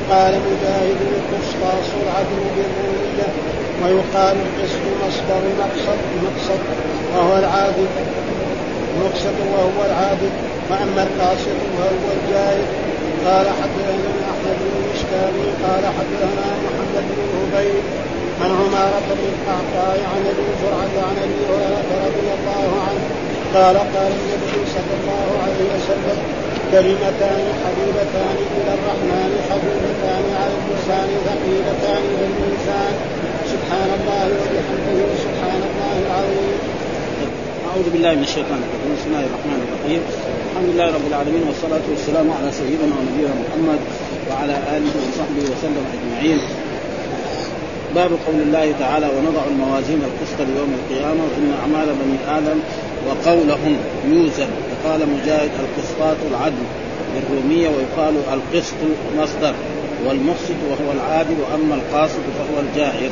وقال مجاهد القسطاس العدل بالرومية. ويقال القسط مصدر مقسط وهو العادل مقسط وهو العادل. وأما القاسط وهو الجاهل. قال حدثنا أحمد بن مشكابي قال حدثنا محمد بن هبيل عن عمارة بن القعقاع عن أبي زرعة عن أبي هريرة رضي الله عنه قال قال النبي صلى الله عليه وسلم كلمتان حبيبتان إلى الرحمن خفيفتان على اللسان ثقيلتان في الميزان سبحان الله وبحمده سبحان الله العظيم. أعوذ بالله من الشيطان الرجيم. بسم الله الرحمن الرحيم. الحمد لله رب العالمين والصلاة والسلام على سيدنا ونبينا محمد وعلى آله وصحبه وسلم أجمعين. باب قول الله تعالى ونضع الموازين القسط ليوم القيامة وإن أعمال بني آدم وقولهم يوزن. وقال مجاهد القسطاط العدل بالرومية. ويقال القسط مصدر والمقسط وهو العادل وأما القاسط فهو الجائر.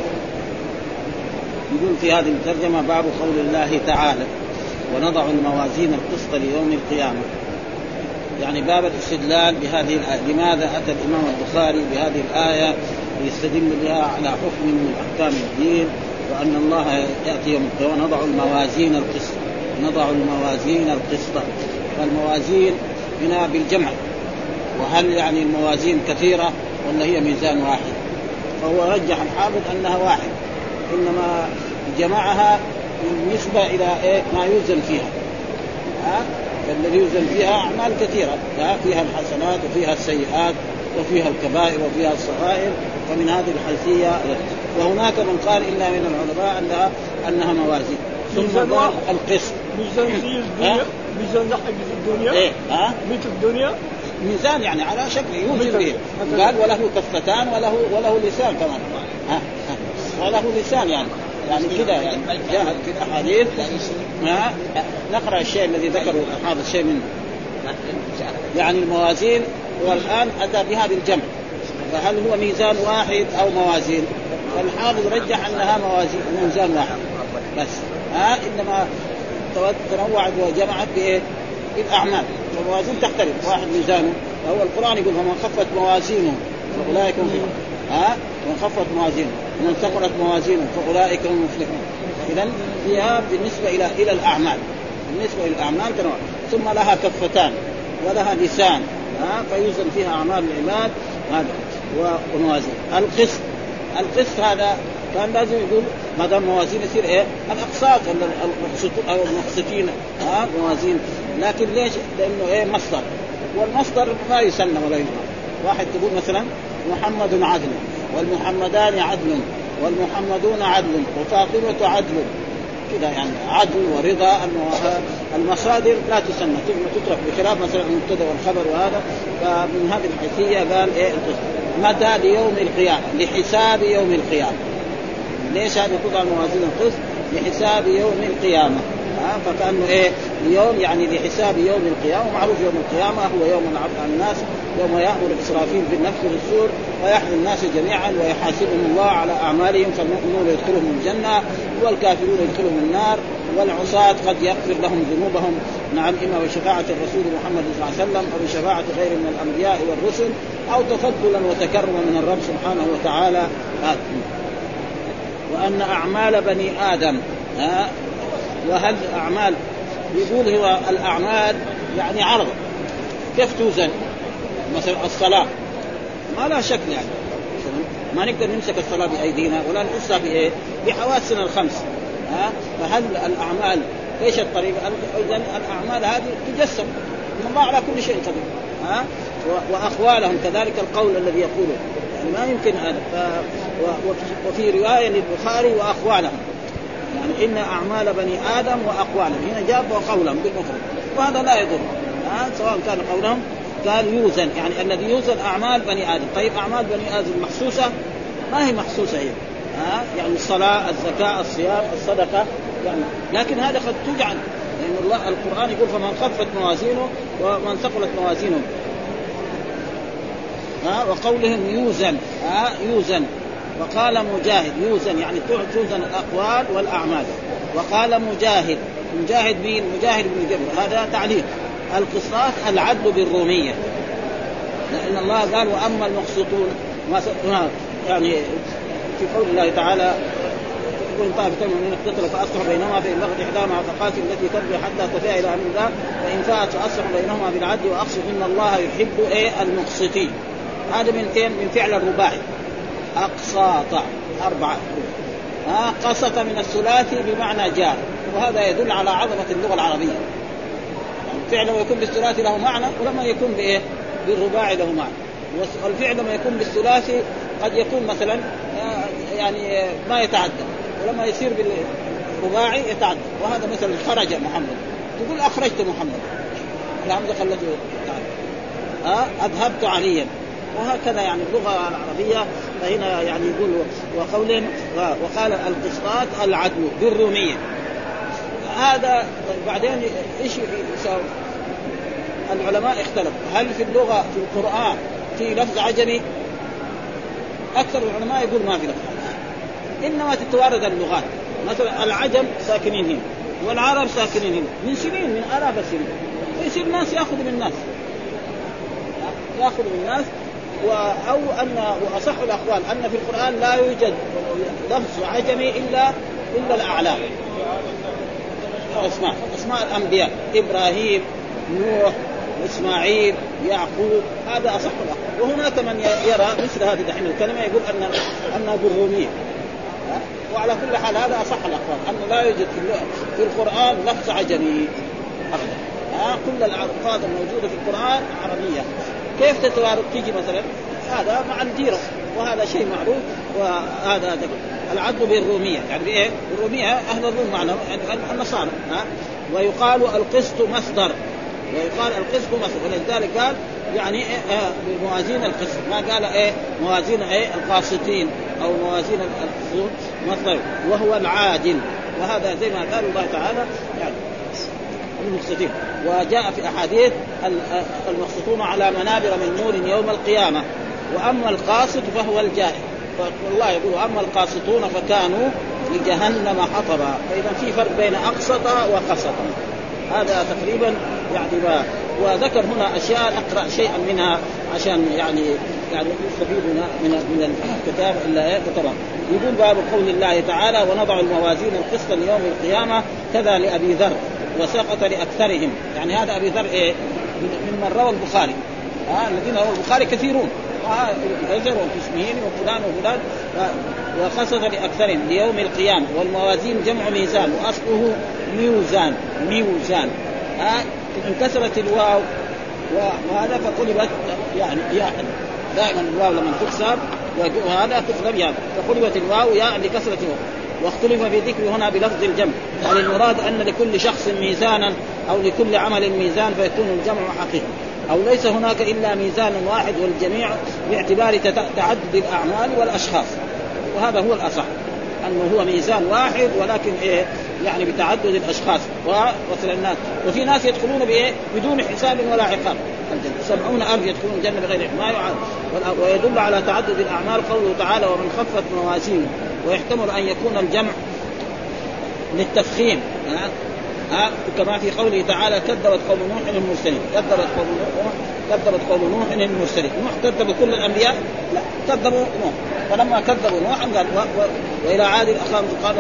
يقول في هذه الترجمة باب قول الله تعالى ونضع الموازين القسط ليوم القيامة، يعني باب الاستدلال بهذه الآية. لماذا أتى الإمام البخاري بهذه الآية يستدل بها على حكم من أحكام الدين وأن الله يأتي يوم القيامة ونضع الموازين القسط. نضع الموازين القسط، فالموازين هنا بالجمع، وهل يعني الموازين كثيرة ولا هي ميزان واحد؟ فهو رجح الحافظ أنها واحد، إنما جمعها بالنسبة إلى ما يوزن فيها. الذي يوزن فيها أعمال كثيرة، فيها الحسنات وفيها السيئات وفيها الكبائر وفيها الصغائر، فمن هذه الحيثية. وهناك من قال إلا من العلماء أنها موازين. ثم القسط ميزان حق الدنيا مثل الدنيا ميزان يعني على شكل يوزن به. قال وله كفتان وله لسان كمان وله لسان يعني كده يعني جاءت في الأحاديث. نقرأ الشيء الذي ذكره الحافظ شيء منه يعني الموازين. والآن أتى بهذه الجمع، فهل هو ميزان واحد أو موازين؟ فالحافظ رجح أنها موازين ميزان واحد بس. إنما تنوعت وجمعت بالأعمال، فالموازين تختلف. واحد ميزانه هو القرآن يقول فمن خفت موازينه فأولئك هم من خفت موازينه ومن ثقلت موازينه فأولئك هم المفلحون. إذن فيها بالنسبة إلى الأعمال، بالنسبة للأعمال تنوع. ثم لها كفتان ولها لسان فيوزن فيها أعمال العباد وموازين. القسط هذا كان لازم يقول ما دام موازين يصير الأقساط أو المقسطين موازين. لكن ليش؟ لأنه مصدر، والمصدر ما يسلم ولا يجمع. واحد تقول مثلا محمد عدل والمحمدان عدل والمحمدون عدل وفاطمة عدل كده، يعني عدل ورضا. المصادر لا تسمى، تترك بخلاف مثلا المبتدا والخبر. وهذا فمن هذه الحيثية قال متى ليوم القيامة، لحساب يوم القيامة. ليش هذه تضع الموازين القسط؟ لحساب يوم القيامة. فكأنه يوم يعني لحساب يوم القيامة. معروف يوم القيامة هو يوم العرض على الناس، يوم يأمر إسرافيل بالنفخ بالصور ويحمل الناس جميعا ويحاسبهم الله على أعمالهم، فالمؤمنون يدخلهم الجنة والكافرون يدخلهم النار، والعصاة قد يغفر لهم ذنوبهم نعم إما بشفاعة الرسول محمد صلى الله عليه وسلم أو بشفاعة غير من الأنبياء والرسل أو تفضلا وتكرما من الرب سبحانه وتعالى. وأن أعمال بني آدم وهل أعمال يقول هو الأعمال يعني عرض كيف توزن؟ مثلا الصلاة ما لا شكل، يعني ما نقدر نمسك الصلاة بأيدينا ولا نقصها بحواسنا الخمس. فهل الأعمال ايش الطريقة؟ إذن الأعمال هذه تجسم من الله على كل شيء قدير. وأقوالهم كذلك القول الذي يقوله يعني ما يمكن وفي رواية للبخاري وأقوالهم، يعني إن أعمال بني آدم وأقوالهم. هنا جاب وقولهم بالمفرد، وهذا لا يضر سواء كان قولهم قال يوزن، يعني الذي يوزن أعمال بني آدم. طيب أعمال بني آدم محسوسة؟ ما هي محسوسة هي يعني الصلاة الزكاة الصيام الصدقة يعني، لكن هذا قد تجعل، لأن الله القرآن يقول فمن خفت موازينه ومن ثقلت موازينه. وقولهم يوزن يوزن. وقال مجاهد يوزن يعني توزن الأقوال والأعمال. وقال مجاهد مين؟ مجاهد بن جبر، هذا تعليق القسطاس العدل بالرومية. لأن الله قال وأما المقسطون يعني في قول الله تعالى يقول طائفتين من اقتتلوا فأصلحوا بينهما فإن بغت إحداهما على فقاتل التي تبغي حتى تفيء إلى أمر الله فإن فاءت فأصلحوا بينهما بالعدل وأقسطوا إن الله يحب المقسطين. هذا من فعل الرباعي أقساط 4 قسط من الثلاثي بمعنى جار، وهذا يدل على عظمة اللغة العربية. يعني فعل يكون بالثلاثي له معنى ولما يكون بالرباعي له معنى. والفعل لما يكون بالثلاثي قد يكون مثلا يعني ما يتعدى، ولما يصير بالرباعي يتعدى. وهذا مثلا خرج محمد تقول أخرجت محمد الحمد خلته أذهبت عليا، وهكذا يعني اللغة العربية. فهنا يعني يقول وقول وقال القسطات العدل بالرومية. هذا بعدين إيش يساوي؟ العلماء اختلفوا هل في اللغة في القرآن في لفظ عجمي؟ أكثر العلماء يقول ما في لفظ عجمي، إنما تتوارد اللغات. مثلا العجم ساكنين هنا والعرب ساكنين هنا من سنين، من آلاف السنين، ويصير الناس يأخذ من الناس أو أن وأصح الأقوال أن في القرآن لا يوجد لفظ عجمي إلا الأعلام، أسماء الأنبياء إبراهيم نوح إسماعيل يعقوب، هذا أصح الأقوال. وهناك من يرى مثل هذه دحين الكلمة يقول أنها بالرومية. وعلى كل حال هذا أصح الأقوال أن لا يوجد في القرآن لفظ عجمي أبدا. كل الألفاظ الموجودة في القرآن عربية. كيف تتوارد تيجي مثلا هذا مع الجيرة، وهذا شيء معروف. وهذا العدل بالرومية يعني بإيه؟ بالرومية أهل الروم معنا النصارى. ويقال القسط مصدر، ولذلك قال يعني بموازين القسط، ما قال موازين القاسطين أو موازين القسط مصدر، وهو العادل. وهذا زي ما قال الله تعالى يعني المقسطين. وجاء في أحاديث المقسطون على منابر من نور يوم القيامة، وأما القاسط فهو الجائر. فالله يقول أما القاسطون فكانوا لجهنم حطبا. فإذا في فرق بين أقسط وقسط، هذا تقريبا يعني وذكر هنا أشياء أقرأ شيئا منها عشان يعني يستفيد من الكتاب إلا كتبه. يقول باب قول الله تعالى ونضع الموازين القسط ليوم القيامة كذا لأبي ذر وسقط لأكثرهم. يعني هذا أبي ذر من روى البخاري. الذين روى البخاري كثيرون يزرون في اسمين وفلان وخسط لأكثرهم ليوم القيامة. والموازين جمع ميزان وأصله ميوزان. انكسرت الواو وهذا فقلبت يعني ياء. دائما الواو لما تكسر وهذا تقلب ياء، فقلبت الواو ياء لكسرة الواو. واختلف في ذكر هنا بلفظ الجمع، يعني المراد أن لكل شخص ميزانا أو لكل عمل ميزان فيكون الجمع حقيقي، أو ليس هناك إلا ميزان واحد والجميع باعتبار تعدد الأعمال والأشخاص. وهذا هو الأصح أنه هو ميزان واحد ولكن يعني بتعدد الأشخاص وصل الناس. وفي ناس يدخلون بدون حساب ولا عقاب 70,000 يدخلون الجنة بغير حماية. ويدل على تعدد الأعمال قوله تعالى ومن خفت موازينه، ويحتمل أن يكون الجمع للتفخيم كما في قوله تعالى كذبت قوم نوح المرسلين. كذبت قوم نوح المرسلين. نوح كذبوا كل الأنبياء؟ لا، كذبوا نوح. فلما كذبوا نوح قال وإلى عاد أخاهم قال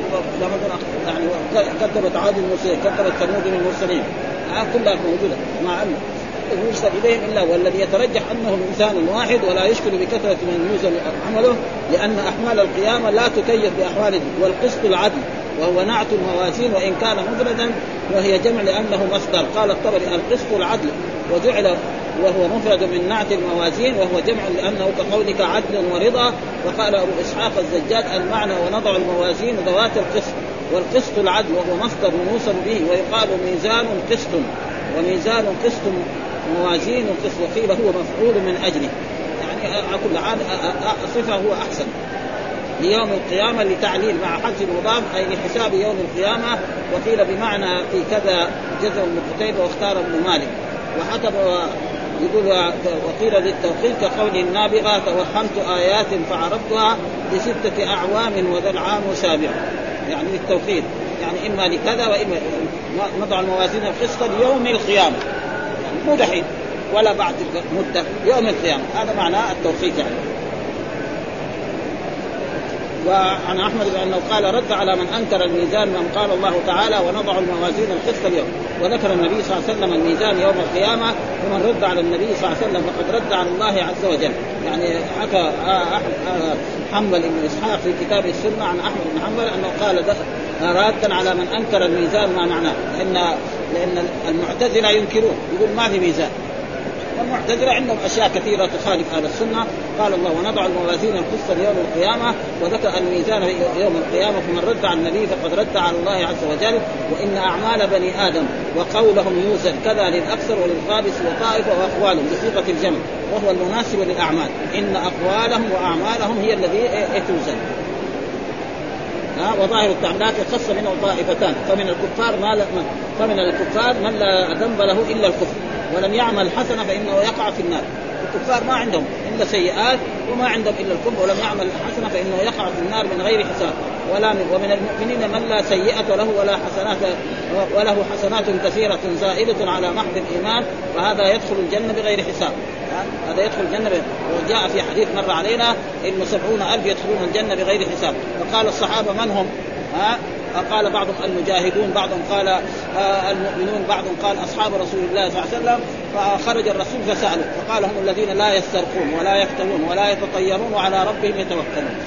يعني كذبت عاد المرسلين، كذبت ثمود المرسلين. كلها موجودة مع أنه يرسل إليهم إلا والذي يترجح أنه إنسان واحد ولا يشكل بكثرة من يوزن عمله، لأن أحوال القيامة لا تكيف بأحوال. والقسط العدل وهو نعت الموازين وإن كان مفردا وهي جمع لأنه مصدر. قال الطبري القسط العدل وجعل وهو مفرد من نعت الموازين وهو جمع لأنه كقولك عدل ورضا. وقال أبو إسحاق الزجاج المعنى ونضع الموازين ذوات القسط، والقسط العدل وهو مصدر منوصل به. ويقال ميزان قسط وميزان قسط موازين قسط، وقيل هو مفعول من أجله. يعني أقول عاد صفة هو أحسن ليوم القيامة لتعليل مع حذف المضاف أي لحساب يوم القيامة. وقيل بمعنى في كذا جزء من قتيبة واختار ابن مالك. وحكم يقول وقيل للتوقيت كقول النابغة توهمت آيات فعرفتها ل6 أعوام وذا العام سابع. يعني للتوقيت يعني إما لكذا وإما نضع الموازين القسط ليوم القيامة، يعني مو دحين ولا بعد مدة يوم القيامة. هذا معناه التوقيت يعني. وعن أحمد بأنه قال رد على من أنكر الميزان من قال الله تعالى ونضع الموازين القسط اليوم. وذكر النبي صلى الله عليه وسلم الميزان يوم القيامة ومن رد على النبي صلى الله عليه وسلم فقد رد على الله عز وجل. يعني حكى حنبل بن إسحاق في كتاب السنة عن أحمد بن حنبل أنه قال رادا على من أنكر الميزان. ما معناه؟ لأن المعتزلة ينكرون يقول ما في ميزان، والمعتزلة عندهم أشياء كثيرة تخالف أهل السنة. قال الله ونضع الموازين القسط يوم القيامة وذكر الميزان يوم القيامة فمن رد على النبي فقد رد على الله عز وجل. وإن أعمال بني آدم وقولهم يوزن كذا للأكثر وللخابس وطائفة وأقوالهم بصيغة الجمع وهو المناسب للأعمال. إن أقوالهم وأعمالهم هي الذي توزن. وظاهر التعبيرات الخاصة منه طائفتان فمن الكفار من لا ذنب له إلا الكفر ولم يعمل حسنة فإنه يقع في النار. الكفار ما عندهم إلا سيئات وما عندهم إلا الكفر ولم يعمل حسنة فإنه يقع في النار من غير حساب. ومن المؤمنين من لا سيئة له وله حسنات كثيرة زائدة على محض الإيمان فهذا يدخل الجنة بغير حساب. هذا يدخل الجنة وجاء في حديث مر علينا إن 70,000 يدخلون الجنة بغير حساب. فقال الصحابة من هم؟ قال بعضهم المجاهدون، بعضهم قال المؤمنون، بعضهم قال أصحاب رسول الله صلى الله عليه وسلم. فخرج الرسول فسأله فقال هم الذين لا يسترقون ولا يفترون ولا يتطيرون وعلى ربهم يتوكلون.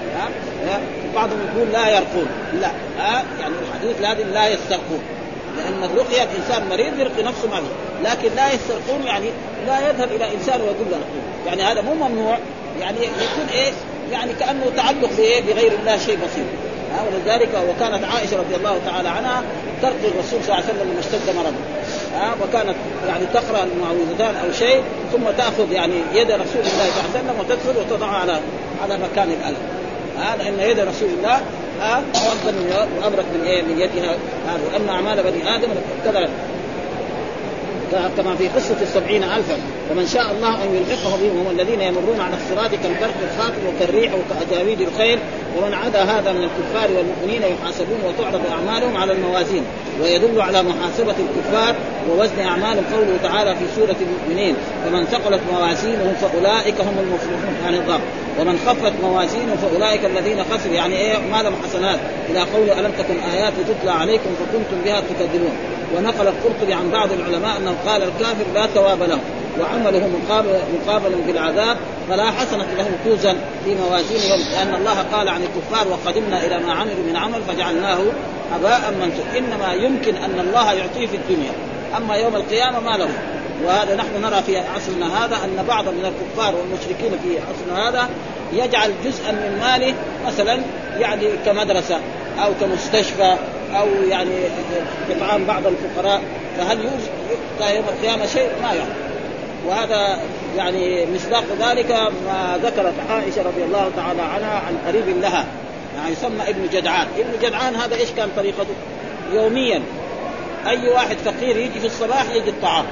بعضهم يقول لا يرقون، لا يعني الحديث لازم لا يسترقون، لأن الرقية الإنسان مريض يرقي نفسه معه، لكن لا يسترقون يعني لا يذهب إلى إنسان ويقول له رقون، يعني هذا مو ممنوع، يعني يكون إيش يعني كأنه تعلق بغير الله شيء بسيط. ولذلك وكانت عائشة رضي الله تعالى عنها ترقي الرسول صلى الله عليه وسلم لما اشتد مرضه، وكانت يعني تقرأ المعوذتان أو شيء ثم تأخذ يعني يد رسول الله صلى الله عليه وسلم وتدخل وتضعها على مكان الألم، لأن يد رسول الله أفضل وأبرك من يدها. وأن أعمال بني آدم كذا كما في قصة 70,000 ومن شاء الله أن يلحقه بهم هم الذين يمرون على الصراط كالبرق الخاطف وكالريح وكأجاويد الخيل. ومن عدا هذا من الكفار والمؤمنين يحاسبون وتعرض أعمالهم على الموازين. ويدل على محاسبة الكفار ووزن أعمالهم قوله تعالى في سورة المؤمنين فمن ثقلت موازينهم فأولئك هم المفلحون عن الضر ومن خفت موازينهم فأولئك الذين خسروا يعني ما لهم حسنات إلى قوله ألم تكن آياتي تتلى عليكم فكنتم بها تكذبون. ونقل القرطبي عن بعض العلماء أنه قال الكافر لا ثواب له وعمله مقابل بالعذاب فلا حسنة له توزن في موازينهم، لأن الله قال عن الكفار وقدمنا إلى ما عملوا من عمل فجعلناه هباء منثورا. إنما يمكن أن الله يعطيه في الدنيا، أما يوم القيامة ما له. وهذا نحن نرى في عصرنا هذا أن بعض من الكفار والمشركين في عصرنا هذا يجعل جزءا من ماله مثلا يعني كمدرسة أو كمستشفى أو يعني إطعام بعض الفقراء، فهل يؤتى يوم القيامة شيء؟ ما يعني. وهذا يعني مصداق ذلك ما ذكرت عائشة رضي الله تعالى عنها عن قريب لها يعني يسمى ابن جدعان. ابن جدعان هذا إيش كان طريقته؟ يوميا أي واحد فقير يجي في الصباح يجي الطعام،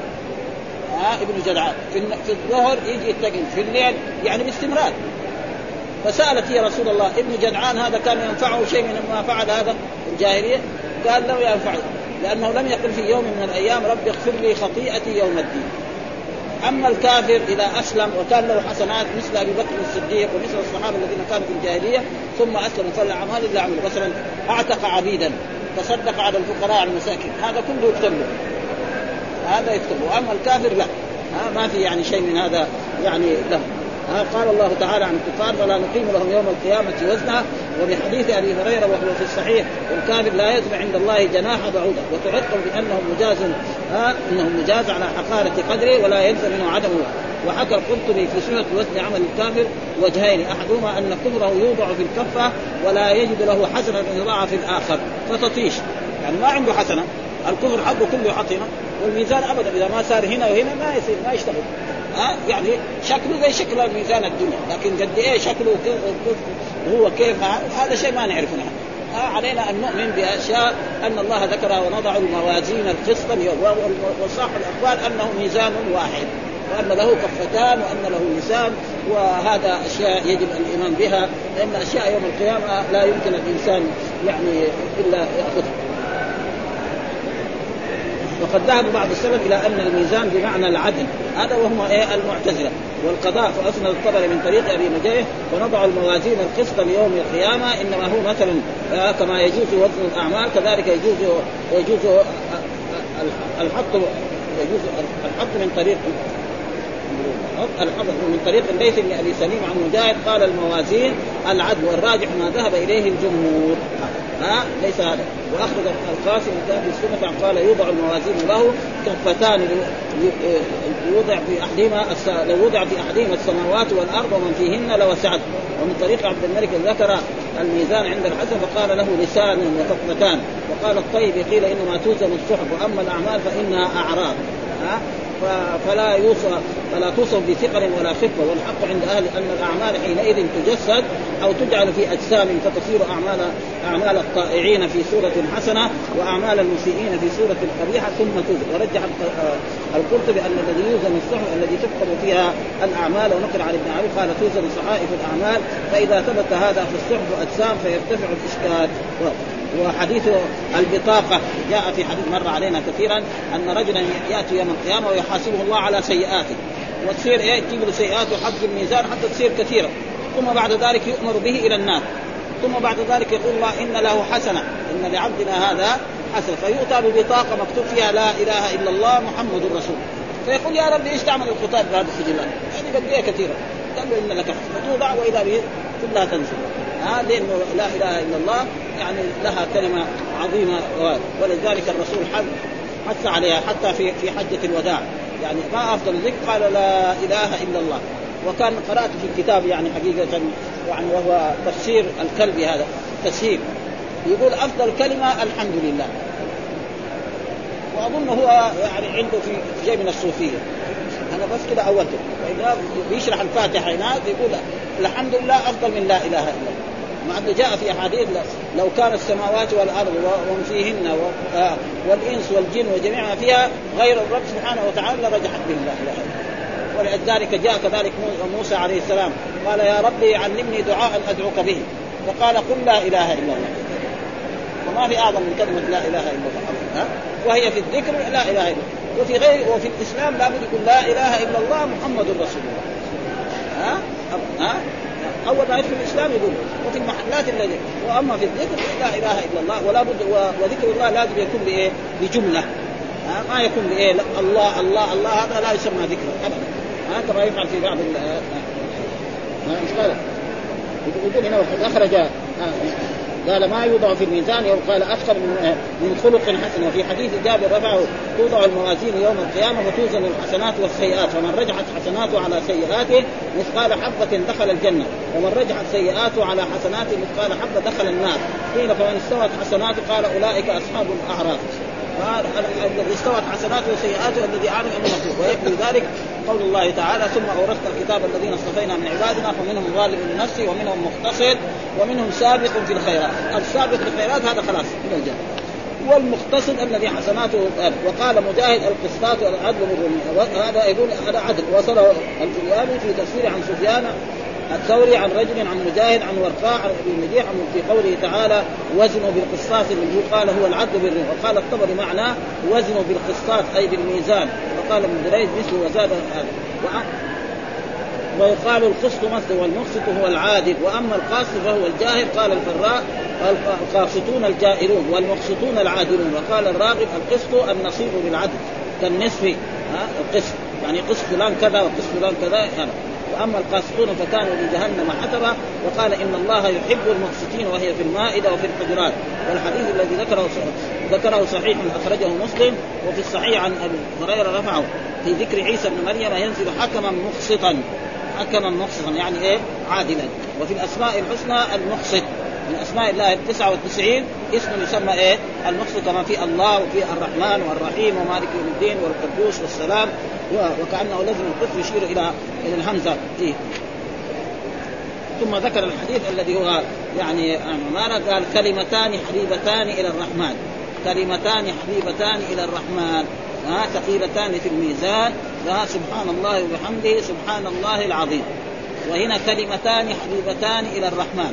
ابن جدعان في الظهر يجي التقن، في الليل يعني باستمرار. فسألت هي رسول الله ابن جدعان هذا كان ينفعه شيء من ما فعل هذا الجاهلية؟ قال له ينفعه، لأنه لم يقل في يوم من الأيام رب اغفر لي خطيئتي يوم الدين. أما الكافر إذا أسلم وكان له حسنات مثل أبي بكر الصديق ومثل الصحابة الذين كانوا في الجاهلية ثم أسلموا فالأعمال اللي عملوا مثلا أعتق عبيدا تصدق على الفقراء على المساكين هذا كله يكتب له، هذا يكتبه. أما الكافر لا، ما في يعني شيء من هذا يعني له. قال الله تعالى عن الكفار ولا نقيم لهم يوم القيامة وزنا. وبحديث أبي هريرة وهو في الصحيح والكافر لا يزن عند الله جناح بعوضة وتعقب بأنه مجاز إنه مجاز على حقارة قدره ولا يلزم منه عدمه. وحكى القرطبي في سنة وزن عمل الكافر وجهين أحدهما أن كفره يوضع في الكفة ولا يجد له حسنة يضاعف في الآخر فتطيش، يعني ما عنده حسنة، الكفر حقه كله حطنا والميزان أبدا إذا ما صار هنا وهنا ما يصير ما يشتغل. يعني شكله زي شكل الميزان الدنيا، لكن قد ايه شكله هو كيف هذا شيء ما نعرفه نحن. علينا ان نؤمن باشياء ان الله ذكرها ونضع الموازين القسط وصح الاقوال انه ميزان واحد وان له كفتان وان له لسان، وهذا اشياء يجب الايمان بها، لان اشياء يوم القيامه لا يمكن الانسان يعني الا ياخذها. وقد ذهب بعض السلف إلى أن الميزان بمعنى العدل، هذا وهم المعتزلة. والقضاء فأسند الطبري من طريق أبي نجيه ونضع الموازين القسط ليوم القيامة إنما هو مثل كما يجوز وزن الأعمال كذلك يجوز الحط من طريق من طريق الليث بن أبي سليم عن مجاهد قال الموازين العدل والراجح ما ذهب إليه الجمهور ليس هذا. وأخرج القاسم في السنة قال يوضع الموازين له كفتان يوضع في أحدهما لو وضع في أحدهما السماوات والأرض ومن فيهن لوسعت. ومن طريق عبد الملك ذكر الميزان عند الحسن فقال له لسان وكفتان. وقال الطيب قيل إنما توزن الصحف وأما الأعمال فإنها أعراض فلا توصف بثقل ولا خفة. والحق عند أهل أن الأعمال حينئذ تجسد أو تجعل في أجسام فتصير أعمال الطائعين في صورة حسنة وأعمال المسيئين في صورة قبيحة ثم توزن. ورجح القرطبي أن الذي يوزن الصحف الذي تكتب فيها الأعمال. ونقل عن ابن عبد قال توزن صحائف الأعمال فإذا ثبت هذا في الصحف أجسام فيرتفع الإشكال. وحديث البطاقة جاء في حديث مر علينا كثيرا أن رجلا يأتي يوم القيامة ويحاسبه الله على سيئاته وتصير تجيب له سيئاته حق الميزان حتى تصير كثيرة ثم بعد ذلك يؤمر به إلى النار ثم بعد ذلك يقول الله إن له حسنة إن لعبدنا هذا حسنة فيؤتى ببطاقة مكتوب فيها لا إله إلا الله محمد رسول فيقول يا رب إيش تعمل الخطاب بهذا السجلات يعني قد إيه كثيرة قال له إن لك حسنة فتوضع وإذا به كلها تنزل لأنه لا إله إلا الله يعني لها كلمة عظيمة. ولذلك الرسول حث عليها حتى في حجة الوداع يعني ما أفضل الذكر قال لا إله إلا الله. وكان قرأت في الكتاب يعني حقيقة يعني وهو تفسير الكلب هذا تسهيل يقول أفضل كلمة الحمد لله. وأظن هو يعني عنده في شيء من الصوفية أنا بس كده أولته وإذا بيشرح الفاتحة هناك يقول الحمد لله أفضل من لا إله إلا الله. مع أنه جاء في أحاديث لو كان السماوات والأرض ومن فيهن والإنس والجن وجميع ما فيها غير الرب سبحانه وتعالى لرجحت به لا إله إلا الله. ولذلك جاء كذلك موسى عليه السلام قال يا ربي علمني دعاء أدعوك به فقال قل لا إله إلا الله. وما في أعظم من كلمة لا إله إلا الله وهي في الذكر لا إله إلا الله. وفي الإسلام لا بد يقول لا إله إلا الله محمد رسول الله. أول ما يدخل الإسلام يقول وفي المحلات الذي وأما في الذكر لا إله إلا الله ولا بد وذكر الله لازم يكون بإيه بجملة ما يكون بإيه الله الله الله هذا لا يسمى ذكر أبدا كما يفعل في بعض يقول هنا وقد أخرج قال ما يوضع في الميزان قال أكثر من خلق حسن. وفي حديث جابر رفعه توضع الموازين يوم القيامة وتوزن الحسنات والسيئات فمن رجحت حسناته على سيئاته مثقال حبة دخل الجنة ومن رجحت سيئاته على حسناته مثقال حبة دخل النار. قيل فمن استوت حسناته قال أولئك أصحاب الأعراف. الذي استوت حسناته وسيئاته الذي عارف أنه مخلوق. ويكفي ذلك قول الله تعالى ثم أورثنا الكتاب الذين اصطفينا من عبادنا فمنهم ظالم لنفسه ومنهم مقتصد ومنهم سابق في الخيرات. السابق في الخيرات هذا خلاص من الجنة والمقتصد الذي حسناته. وقال مجاهد القسطات العدل هذا يقول هذا عدل. وصله الفريابي في تفسير عن سفيان الثوري عن رجل عن مجاهد عن ورقاء عن ابن مديح في قوله تعالى وزنوا بالقسطاس اللي قال هو العدل بالرزق. وقال الطبري معناه وزنوا بالقسطاس أي بالميزان. وقال ابن دريد مثله وزاد هذا. ويقال القسط مثل والمقسط هو العادل وأما القاسط فهو الجاهل. قال الفراء القاسطون الجائرون والمقسطون العادلون. وقال الراغب القسط النصيب بالعدل كالنصف القسط يعني قسط فلان كذا وقسط فلان كذا هذا. وأما القاسطون فكانوا لجهنم حطبا. وقال إن الله يحب المقسطين وهي في المائدة وفي الحجرات. والحديث الذي ذكره صحيح أخرجه مسلم. وفي الصحيح عن أبي هريرة رفعه في ذكر عيسى بن مريم ينزل حكما مقسطا يعني إيه عادلا. وفي الأسماء الحسنى المقسط من أسماء الله 99 اسم يسمى إيه المقسط كما في الله وفي الرحمن والرحيم ومالك يوم الدين والقدوس والسلام. وكأنه لازم القسط يشير إلى الهمزة فيه. ثم ذكر الحديث الذي هو يعني ماذا قال كلمتان حبيبتان إلى الرحمن كلمتان حبيبتان إلى الرحمن ثقيلتان في الميزان سبحان الله وبحمده سبحان الله العظيم. وهنا كلمتان حبيبتان إلى الرحمن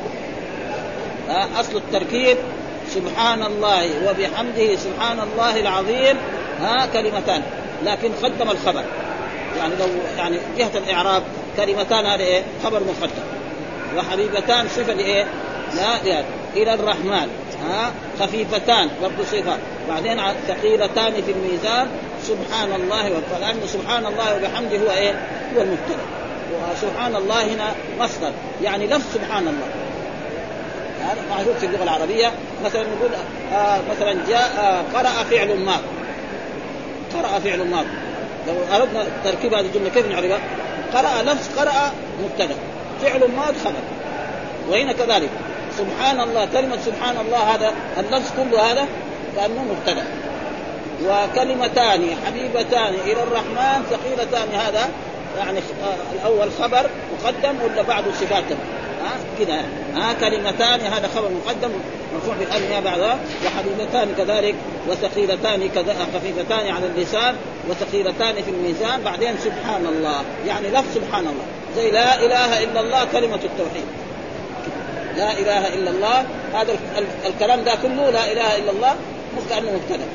أصل التركيب سبحان الله وبحمده سبحان الله العظيم كلمتان لكن قدم الخبر. يعني لو يعني جهة الإعراب كلمتان هذا إيه خبر مقدم، وحبيبتان صفة لإيه لا إلى الرحمن خفيفتان برضو صفة، بعدين ثقيلتان في الميزان سبحان الله لأن سبحان الله وبحمده هو إيه هو المبتدأ، وسبحان الله هنا مصدر يعني لفظ سبحان الله. هذا معروف في اللغة العربية. مثلا نقول مثلا جاء قرأ فعل ماض، قرأ فعل ماض، لو أردنا تركيب هذه الجملة كيف نعرفها؟ قرأ لفظ قرأ مبتدأ، فعل ماض خبر. وهنا كذلك سبحان الله، كلمة سبحان الله هذا اللفظ كله هذا كأنه مبتدأ. وكلمتان حبيبتان إلى الرحمن ثقيلتان هذا يعني الأول خبر مقدم ولا بعده صفاته كده كلمتان هذا خبر مقدم مرفوع بالألف بعدها، وحبيبتان كذلك، وثقيلتان خفيفتان على اللسان، وثقيلتان في الميزان، بعدين سبحان الله يعني لفظ سبحان الله زي لا إله إلا الله كلمة التوحيد، لا إله إلا الله هذا الكلام ده كله لا إله إلا الله كأنه مبتدأ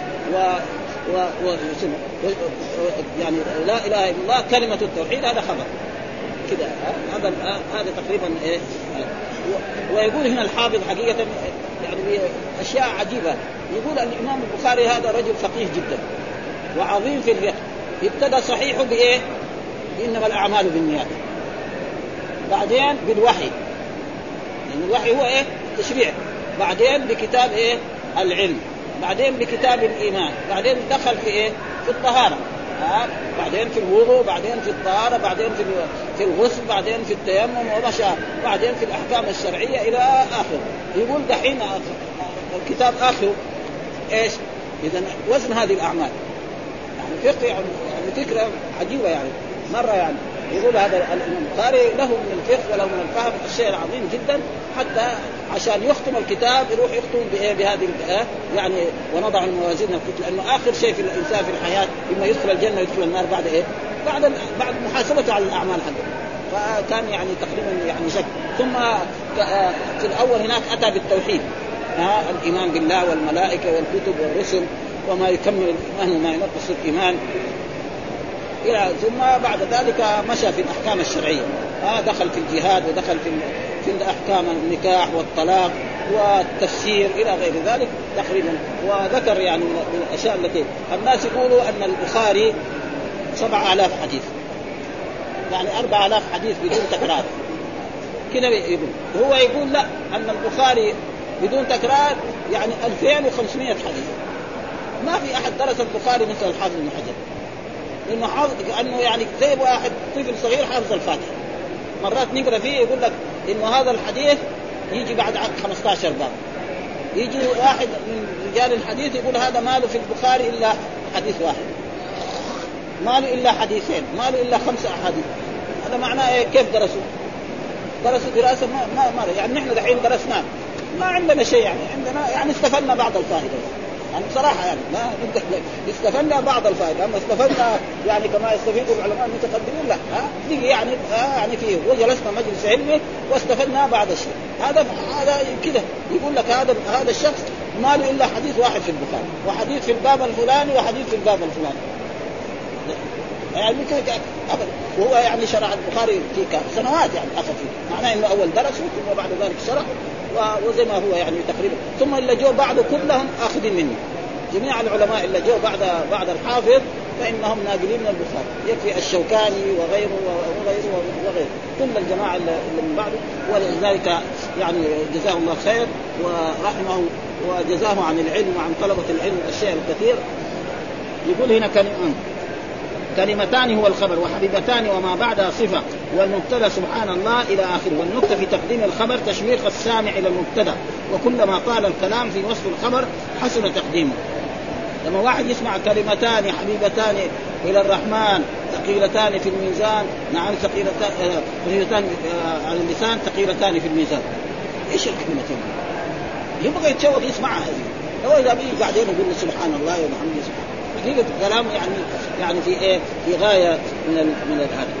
يعني لا إله إلا الله كلمة التوحيد هذا خبر كده. هذا تقريبا إيه. ويقول هنا الحافظ حقيقة يعني أشياء عجيبة، يقول الإمام البخاري هذا رجل فقيه جدا وعظيم في الفقه، ابتدى صحيحه بإيه؟ إنما الأعمال بالنيات، بعدين بالوحي لأن الوحي هو إيه؟ تشريع، بعدين بكتاب إيه؟ العلم، بعدين بكتاب الإيمان، بعدين دخل في إيه؟ في الطهارة، بعدين في الوضوء، بعدين في الطهارة، بعدين في الغسل، بعدين في التيمم ومشى، بعدين في الأحكام الشرعية إلى آخر. يقول دحين الكتاب آخره إيش؟ إذن وزن هذه الأعمال يعني فقه يعني فكرة عجيبة يعني مرة يعني. يقول هذا الإمام البخاري له من الفقه وله من الفهم الشيء العظيم جدا، حتى عشان يختم الكتاب يروح يختم بهذه يعني ونضع الموازين القسط، لأنه آخر شيء في الإنسان في الحياة إما يدخل الجنة ويدخل النار بعد إيه؟ بعد محاسبته على الأعمال حقه. فكان يعني تقريبا يعني شك. ثم في الأول هناك أتى بالتوحيد، الإيمان بالله والملائكة والكتب والرسل وما يكمل الإيمان وما ينقص الإيمان ثم بعد ذلك مشى في الأحكام الشرعية، دخل في الجهاد ودخل في أحكام النكاح والطلاق والتفسير إلى غير ذلك تقريبا. وذكر يعني من الأشياء التي الناس يقولوا أن البخاري 7000 حديث، يعني 4000 حديث بدون تكرار كده يقول. هو يقول لا، أن البخاري بدون تكرار يعني 2500 حديث. ما في أحد درس البخاري مثل الحافظ بن حجر، لأنه حافظ كأنه يعني زي واحد طفل صغير حافظ الفاتحة. مرات نقرأ فيه يقول لك إنه هذا الحديث يجي بعد 15 باب، يجي واحد من رجال الحديث يقول هذا ما له في البخاري إلا حديث واحد، ما له إلا حديثين، ما له إلا 5 أحاديث. هذا معناه إيه؟ كيف درسوا دراسة ما يعني نحن دحين درسنا ما عندنا شيء، يعني عندنا يعني استفدنا بعض الفائدة يعني بصراحة يعني ما استفدنا بعض الفائدة، أما استفدنا يعني كما يستفيد العلماء المتقدمين لا نيجي يعني يعني فيه وجلسنا مجلس علمي واستفدنا بعض الشيء. هذا كده يقول لك هذا الشخص ما له إلا حديث واحد في البخاري، وحديث في الباب الفلاني، وحديث في الباب الفلاني، يعني كده أبدا. وهو يعني شرع البخاري في سنوات يعني أخذ فيه، معناه إنه أول درس ثم بعد ذلك شرح وزي ما هو يعني تقريبا. ثم اللي جو بعده كلهم آخذين منه، جميع العلماء اللي جو بعد الحافظ فإنهم ناقلين من البخاري، يكفي الشوكاني وغيره كل الجماعة اللي من بعده. ولذلك يعني جزاه الله خير ورحمه وجزاه عن العلم وعن طلبة العلم الشيء الكثير. يقول هنا كلمتان هو الخبر، وحبيبتان وما بعدها صفة، والمبتدا سبحان الله إلى آخره. والنقطة في تقديم الخبر تشويق السامع إلى المبتدا، وكلما طال الكلام في وصف الخبر حسن تقديمه. لما واحد يسمع كلمتان حبيبتان إلى الرحمن ثقيلتان في الميزان، نعم ثقيلتان على اللسان ثقيلتان في الميزان، إيش الكلمتين؟ يبغى يتشوق يسمعها هذه. لو إذا بيجي بعدين يقول سبحان الله وبحمده سبحانه، حقيقة الكلام يعني في إيه؟ في غاية من هذا.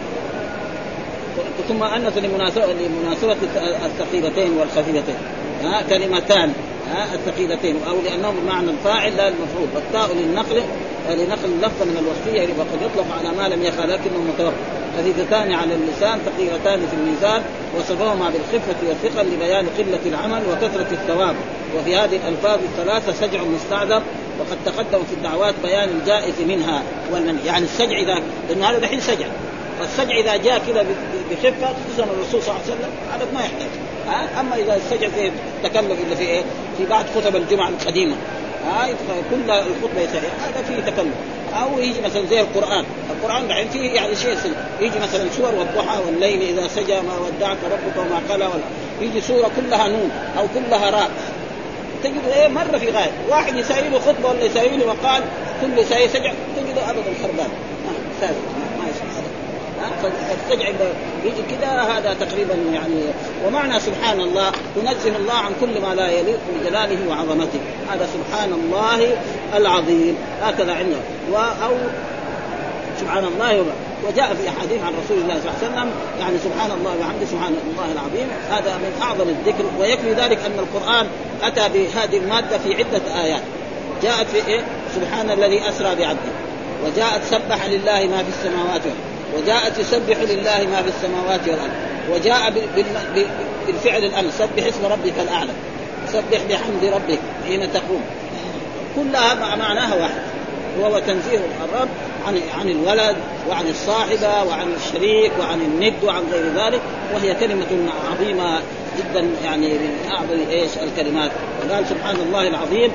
ثم أنث لمناسبة الثقيلتين والخفيفتين، كلمتان الثقيلتين، أو لأنهم بمعنى الفاعل لا المفعول، والتاء للنقل لنقل اللفظ من الوصفية وقد يطلق على ما لم يخل لكنه متوقف. خفيفتان على اللسان ثقيلتان في الميزان، وصفهما بالخفة والثقل لبيان قلة العمل وكثرة الثواب. وفي هذه الألفاظ الثلاثة سجع مستعذب، وقد تقدم في الدعوات بيان الجائز منها والمنهي. يعني السجع إذا لأنه هذا دحين سجع، فالسجع إذا جاء كذا بخفة خصوصا الرسول صلى الله عليه وسلم عدد ما يحتاج. أما إذا السجع في تكلف إلا في إيه في بعض خطب الجمعة القديمة كل الخطبة يسجع، هذا فيه تكلف. أو يجي مثلا زي القرآن بعدين فيه يعني شيء يجي مثلا سور والضحى والليل إذا سجى ما ودعك ربك وما قلى، يجي سورة كلها نون أو كلها راء، تجد إيه مرة في غاية. واحد يسأله خطبة ولا يسأله وقال كل سجع تجده أبدا خربان ما يسمع. فالسجع يجي كده هذا تقريبا يعني. ومعنى سبحان الله تنزه الله عن كل ما لا يليق بجلاله وعظمته، هذا سبحان الله العظيم هكذا عنده. أو سبحان الله وجاء في أحاديث عن رسول الله صلى الله عليه وسلم يعني سبحان الله وبحمده سبحان الله العظيم، هذا من أعظم الذكر. ويكفي ذلك أن القرآن أتى بهذه المادة في عدة آيات. جاءت في إيه؟ سبحان الذي أسرى بعبده، وجاءت سبح لله ما في السماوات والأرض، وجاءت يسبح لله ما في السماوات والأرض، وجاء بالفعل الأمر سبح اسم ربك الأعلى، سبح بحمد ربك حين تقوم. كلها معناها واحد، وهو تنزيه الرب عن الولد وعن الصاحبة وعن الشريك وعن الند وعن غير ذلك، وهي كلمة عظيمة جدا يعني من أعظم الكلمات. وقال سبحان الله العظيم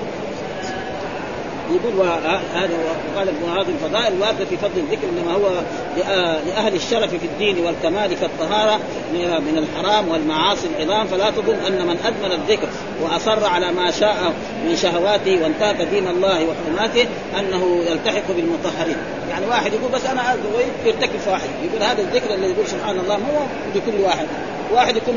يقول هذا وقال ابن هذه الفضائل الواردة في فضل الذكر إنما هو لأهل الشرف في الدين والكمال كالطهارة من الحرام والمعاصي العظام، فلا تظن أن من أدمن الذكر وأصر على ما شاء من شهواته وانتهك دين الله وحرماته أنه يلتحق بالمطهرين. يعني واحد يقول بس أنا يرتكب واحد، يقول هذا الذكر اللي يقول سبحان الله مو لكل واحد يكون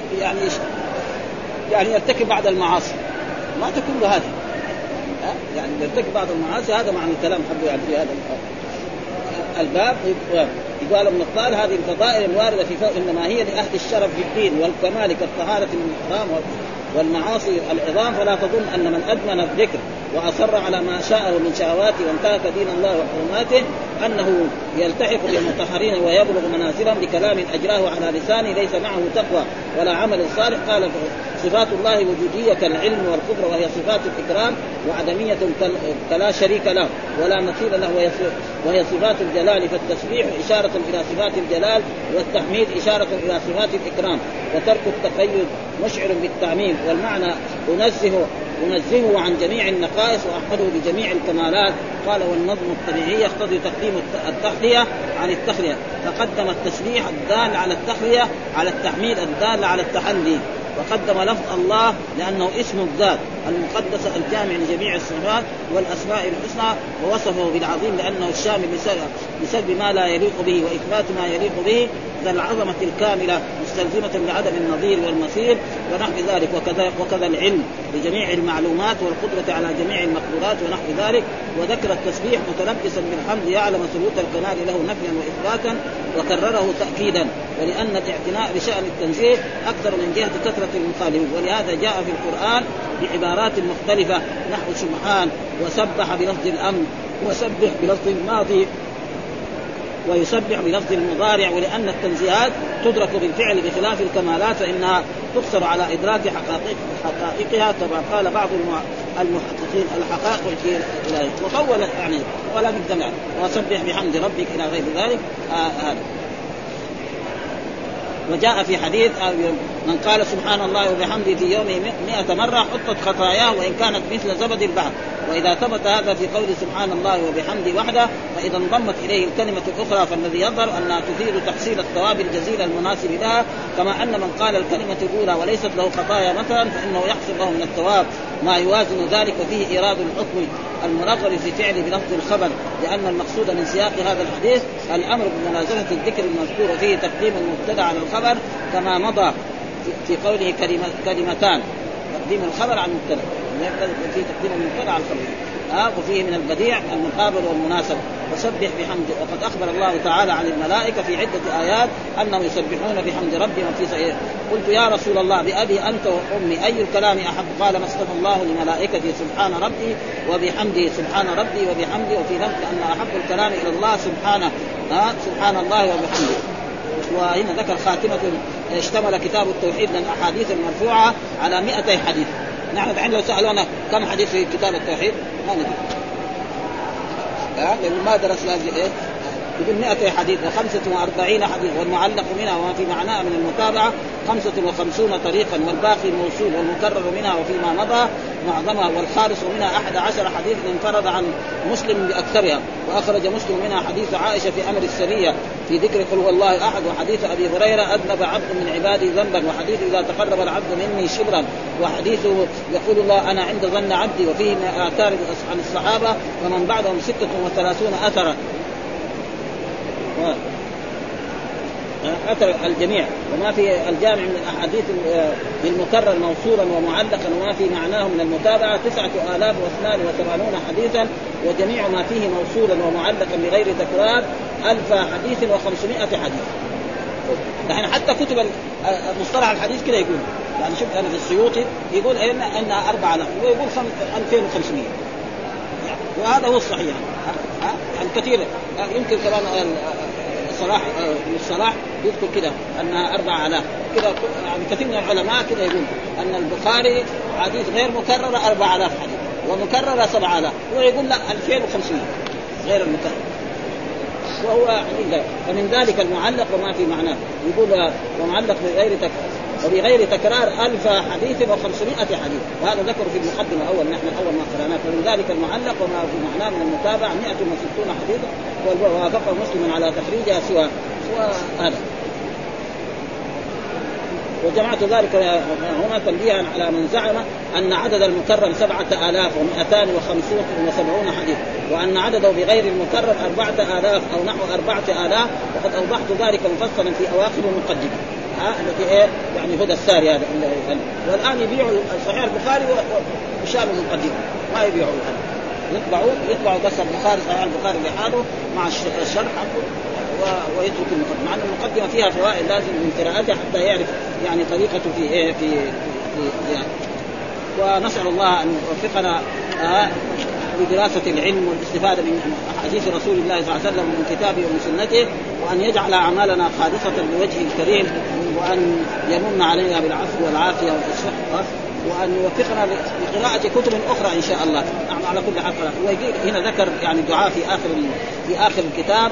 يعني يرتكب بعض المعاصي، ما تكون له هذه يعني يرتكب بعض المعاصي. هذا معنى الكلام حبوا يعني في هذا الباب. يقال ابن الطاهر هذه الفضائل الواردة في إنما هي لأهل الشرف في الدين والكمال كالطهارة من الحرام والمعاصي العظام، فلا تظن أن من أدمن الذكر وأصر على ما شاءه من شهواته وانتهك دين الله وحرماته أنه يلتحق بالمطهرين ويبلغ منازلهم بكلام أجراه على لسانه ليس معه تقوى ولا عمل صالح. قال صفات الله وجودية كالعلم والقدرة، وهي صفات الإكرام وعدمية كلا شريك له ولا مثيل له، وهي صفات الجلال. فالتسبيح إشارة إلى صفات الجلال، والتحميد إشارة إلى صفات الإكرام، وترك التقيد مشعر بالتعميم. والمعنى أنزهه عن جميع النقائص وأحمده بجميع الكمالات. قال والنظم الطبيعي يقتضي تقديم التخلية عن التخلية، فقدم التسبيح الدال على التخلية على التحميد الدال على التحلي، وقدم لفظ الله لأنه اسم الذات المقدس الجامع لجميع الصفات والأسماء الحسنى، ووصفه بالعظيم لأنه الشامل بسلب ما لا يليق به وإثبات ما يليق به، ذا العظمة الكاملة مستلزمة لعدم النظير والمثيل ونحو ذلك. وكذا العلم بجميع المعلومات والقدرة على جميع المقدورات ونحو ذلك. وذكر التسبيح متلبسا بالحمد يعلم ثبوت الكمال له نفيا وإثباتا، وكرره تأكيدا، ولأن الاعتناء بشأن التنزيه أكثر من جهة كثرة المخالفين. ولهذا جاء في القرآن بعبارات مختلفة نحو سبحان، وسبح بلفظ الأمر، وسبح بلفظ الماضي، ويسبح بلفظ المضارع. ولأن التنزيهات تدرك بالفعل بخلاف الكمالات فإنها تقصر على إدراك حقائقها كما قال بعض المحققين الحقائق الإلهية، وطول يعني ولا بالدمع، وسبح بحمد ربك إلى غير ذلك. وجاء في حديث من قال سبحان الله وبحمده في يومه 100 مرة حطت خطاياه وإن كانت مثل زبد البحر. وإذا ثبت هذا في قول سبحان الله وبحمده وحده فإذا انضمت إليه الكلمة الأخرى فالذي يظهر أنها تفيد تحصيل الثواب الجزيل المناسب لها، كما أن من قال الكلمة الأولى وليست له خطايا مثلا فإنه يحصل له من الثواب ما يوازن ذلك. وفيه إيراد الحكم المرغب في فعل بلفظ الخبر، لأن المقصود من سياق هذا الحديث الأمر بملازمة الذكر المذكور فيه تقديم المبتدأ على الخبر كما مضى في قوله كلمتان، تقديم الخبر عن المبتدأ، في تقديم المبتدأ على الخبر. وفيه من البديع المقابل والمناسب. فسبح بحمد. وقد أخبر الله تعالى عن الملائكة في عدة آيات أنهم يسبحون بحمد ربهم في سعير. قلت يا رسول الله بأبي أنت وأمي أي الكلام أحب؟ قال ما اصطفى الله لملائكته سبحان ربي وبحمده سبحان ربي وبحمده. وفي لفظ أن أحب الكلام إلى الله سبحانه سبحان الله وبحمده. وهنا ذكر خاتمة اشتمل كتاب التوحيد من الأحاديث المرفوعة على 200 حديث. نحن الحين لو سألونا كم حديث في كتاب التوحيد ما ندري، لأنه ما درس لازم إيه يقول 200 حديث و45 حديث، والمعلق منها وما في معناه من المتابعة 55 طريقا، والباقي موصول والمكرر منها وفيما مضى معظمها، والخالص منها 11 حديث انفرد عن مسلم بأكثرها. وأخرج مسلم منها حديث عائشة في أمر السرية في ذكر قل هو الله أحد، وحديث أبي هريرة أذنب عبد من عبادي ذنبا، وحديث إذا تقرب العبد مني شبرا، وحديث يقول الله أنا عند ظن عبدي، وفيه آثار عن الصحابة ومن بعدهم 36 أثرا أثر الجميع. وما في الجامع من الأحاديث المكرر موصولا ومعلقا وما في معناه من المتابعة 9082 حديثا، وجميع ما فيه موصولا ومعلقا بغير تكرار 1000 حديث و500 حديث. نحن حتى كتب مصطلح الحديث كده يقول، يعني شوف أنا في السيوطي يقول إنها 4000 ويقول 2500 وهذا هو الصحيح. يعني كثير يمكن كمان صلاح يذكر كده أنها 4000 كده. يعني كثير من العلماء كده يقول أن البخاري حديث غير مكررة 4000 حديث ومكررة 7000، ويقول لا 2500 غير المكرر، وهو فمن ذلك المعلق وما في معناه يقول ومعلق وبغير تكرار 1000 حديث و500 حديث، وهذا ذكر في المقدمة أول نحن أول ما قرأناه. فمن ذلك المعلق وما في معناه من المتابعة 160 حديثا، ووافق مسلم على تخريجها سوى هذا. وجمعت ذلك هنا تنبيها على من زعم أن عدد المكرر 7275 حديث، وأن عدده بغير المكرر 4000 أو نحو 4000، وقد أوضحت ذلك مفصلا في أواخر المقدمة التي يعني هدى الساري هذا. والآن يبيعوا صحيح البخاري وشال المقدمة ما يبيعوا الآن، يطبعوا بس البخاري صحيح البخاري لحاله مع الشرح ويترك المقدمة، مع أن المقدمة فيها فوائد لازم من قراءتها حتى يعرف يعني طريقته في يعني. ونسأل الله أن يوفقنا بدراسة العلم والاستفادة من أحاديث رسول الله صلى الله عليه وسلم من كتابه ومن سنته، وأن يجعل أعمالنا خالصة لوجهه الكريم، وأن يمن علينا بالعفو والعافية والصحة، وأن يوفقنا لقراءة كتب أخرى إن شاء الله. نعم على كل حال. ويقول هنا ذكر يعني دعاء في آخر الكتاب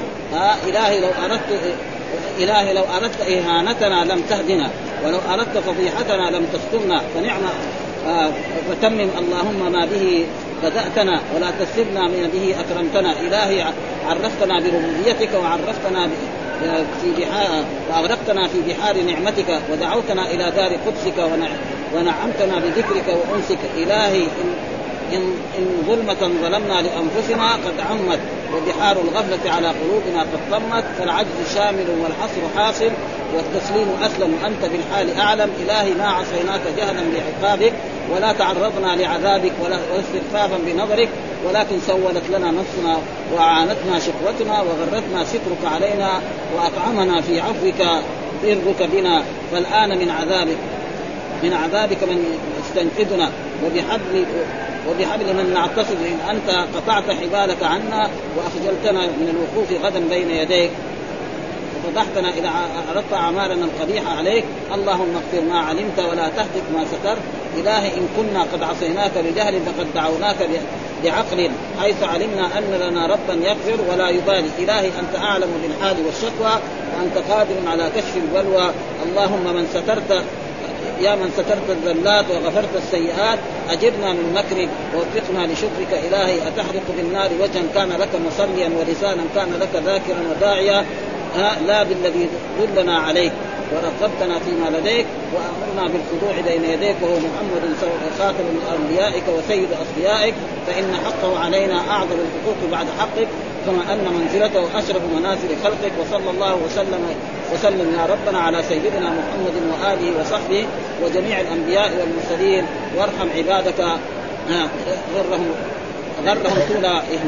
إلهي لو أردت إهانتنا لم تهدنا، ولو أردت فضيحتنا لم تسترنا، فنعم فتمم اللهم ما به بدأتنا ولا تسرنا من به أكرمتنا. إلهي عرفتنا بربوبيتك وعرفتنا وأغرقتنا في بحار نعمتك، ودعوتنا إلى دار قدسك ونعمتنا بذكرك وأنسك. إلهي إن ظلمة ظلمنا لأنفسنا قد عمت، وبحار الغفلة على قلوبنا قد ضمت، فالعجز شامل والحصر حاصل والتسليم أسلم وأنت بالحال أعلم. إلهي ما عصيناك جهلا بعقابك ولا تعرضنا لعذابك ولا استخفافا بنظرك، ولكن سولت لنا نفسنا وعانتنا شقوتنا وغرتنا سترك علينا وأطعمنا في عفوك إرك بنا، فالآن من عذابك من استنقذنا، وبحبل من نعتصم إن أنت قطعت حبالك عنا وأخجلتنا من الوقوف غدا بين يديك، وفضحتنا إذا أردت أعمالنا القبيحة عليك. اللهم اغفر ما علمت ولا تهتك ما سترت. إلهي إن كنا قد عصيناك بجهل فقد دعوناك بعقل، حيث علمنا أن لنا ربا يغفر ولا يبالي. إلهي أنت أعلم بالحال والشكوى وأنت قادر على كشف البلوى. اللهم يا من سترت الذلات وغفرت السيئات أجرنا من مكرك ووفقنا لشكرك. إلهي أتحرق بالنار وجها كان لك مصليا ولسانا كان لك ذاكرا وداعيا، لا بالذي ظلنا عليك ورغبتنا فيما لديك، وأمرنا بالخضوع بين يديك وهو محمد خاتم أنبيائك وسيد أصفيائك، فإن حقه علينا أعظم الحقوق بعد حقك، كما أن منزلته أشرف منازل خلقك. وصلى الله وسلم يا ربنا على سيدنا محمد وآله وصحبه وجميع الأنبياء والمرسلين، وارحم عبادك غرهم غرهم طول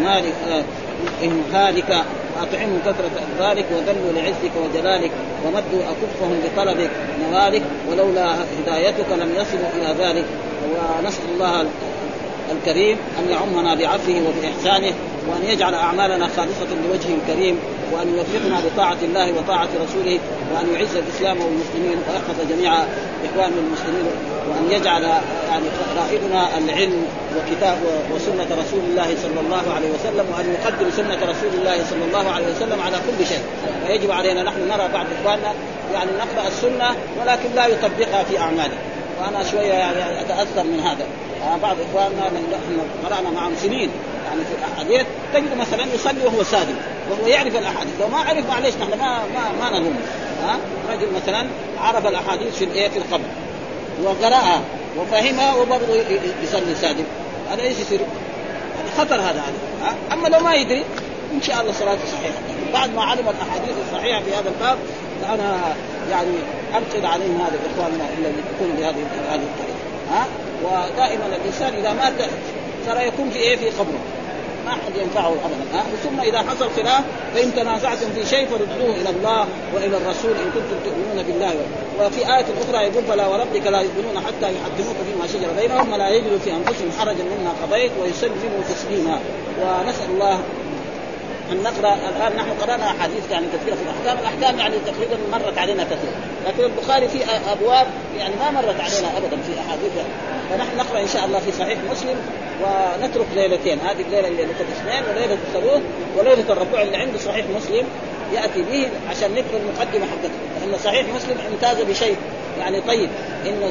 إهمالك أطعموا كثرة ذلك وذلوا لعزك وجلالك ومدوا أكفهم بطلبك نوالك ولولا هدايتك لم يصلوا إلى ذلك. ونسأل الله الكريم أن يعمنا بعفوه وبإحسانه وأن يجعل أعمالنا خالصة لوجهه الكريم وأن يوفقنا لطاعة الله وطاعة رسوله وأن يعز الإسلام والمسلمين ويحفظ جميع إخواننا المسلمين وأن يجعل يعني رائدنا العلم وكتاب وسنة رسول الله صلى الله عليه وسلم وأن يقدم سنة رسول الله صلى الله عليه وسلم على كل شيء. ويجب علينا نحن نرى بعض إخواننا يعني نقرأ السنة ولكن لا يطبقها في أعماله، وأنا شوية يعني أتأثر من هذا. بعض إخواننا نحن قرأنا معهم سنين يعني في الأحاديث تجد مثلا يصلي وهو سادم وهو يعرف الأحاديث، لو ما عرف معليش نحن ما نلومه. رجل مثلا عرف الأحاديث في القبر وقرأها وفهمها وبرضه يصلي سادم، هذا ايش يصير؟ يعني خطر هذا. أما لو ما يدري إن شاء الله صلاته صحيحة. بعد ما علم الأحاديث الصحيحة في هذا الباب فأنا يعني أنقذ عليهم هذا إخواننا الذي يكون بهذه الطريقة. ودائما الإنسان إذا مات ترى يكون في قبره ما أحد ينفعه أبدا. ثم إذا حصل خلاف فإن تنازعتم في شيء فردوه إلى الله وإلى الرسول إن كنتم تؤمنون بالله. وفي آية أخرى يقول فلا وربك لا يؤمنون حتى يحكموك فيما شجر بينهم ولا يجدوا في أنفسهم حرجا مما قضيت ويسلموا تسليما. ونسأل الله أن نقرأ الآن. نحن قرأنا أحاديث يعني كثيرة في الأحكام يعني تقريبا مرت علينا كثير، لكن البخاري في أبواب يعني ما مرت علينا أبدا في أحاديث. فنحن نقرأ إن شاء الله في صحيح مسلم ونترك ليلتين، هذه الليلة ليلة الاثنين وليلة الثلاث وليلة الربوع اللي عنده صحيح مسلم يأتي به عشان نقرأ المقدمة حقته. لأن صحيح مسلم امتاز بشيء يعني طيب إنه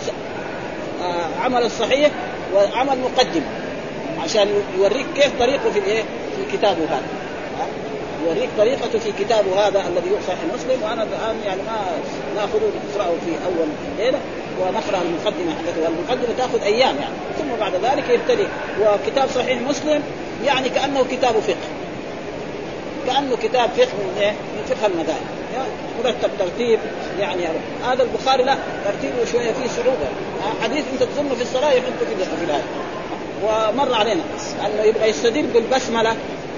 عمل الصحيح وعمل مقدم عشان يوريك كيف طريقه في كتابه هذا، يوريك طريقته في كتابه هذا الذي هو صحيح مسلم. وأنا الآن يعني ما نأخذه نقرأه في أول ليلة ونقرأ المقدمة حقته، والمقدمة تأخذ أيام يعني، ثم بعد ذلك يبتدئ. وكتاب صحيح مسلم يعني كأنه كتاب فقه، كأنه كتاب فقه من فقه المذاهب مرتب ترتيب يعني. هذا البخاري لا ترتيبه شوية فيه صعوبة. حديث أنت تظنه في الصلاة يحطه في الآية. ومر علينا أنه يبغى يستدل بالبسملة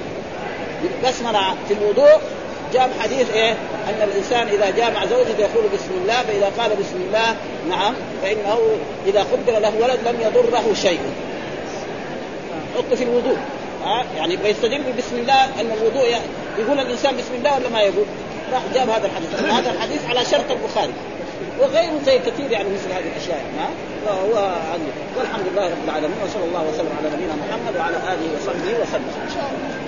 في الوضوء. جاب حديث أن الإنسان إذا جامع زوجته يقول بسم الله، فإذا قال بسم الله نعم فإنه إذا قدر له ولد لم يضره شيء. حط في الوضوء يعني يستدل بسم الله أن الوضوء يقول الإنسان بسم الله ولا ما يقول. راح جاب هذا الحديث على شرط البخاري وغيره زي كثير يعني مثل هذه الأشياء. والحمد لله رب العالمين وصلى الله وسلم على نبينا محمد وعلى آله وصحبه وسلم.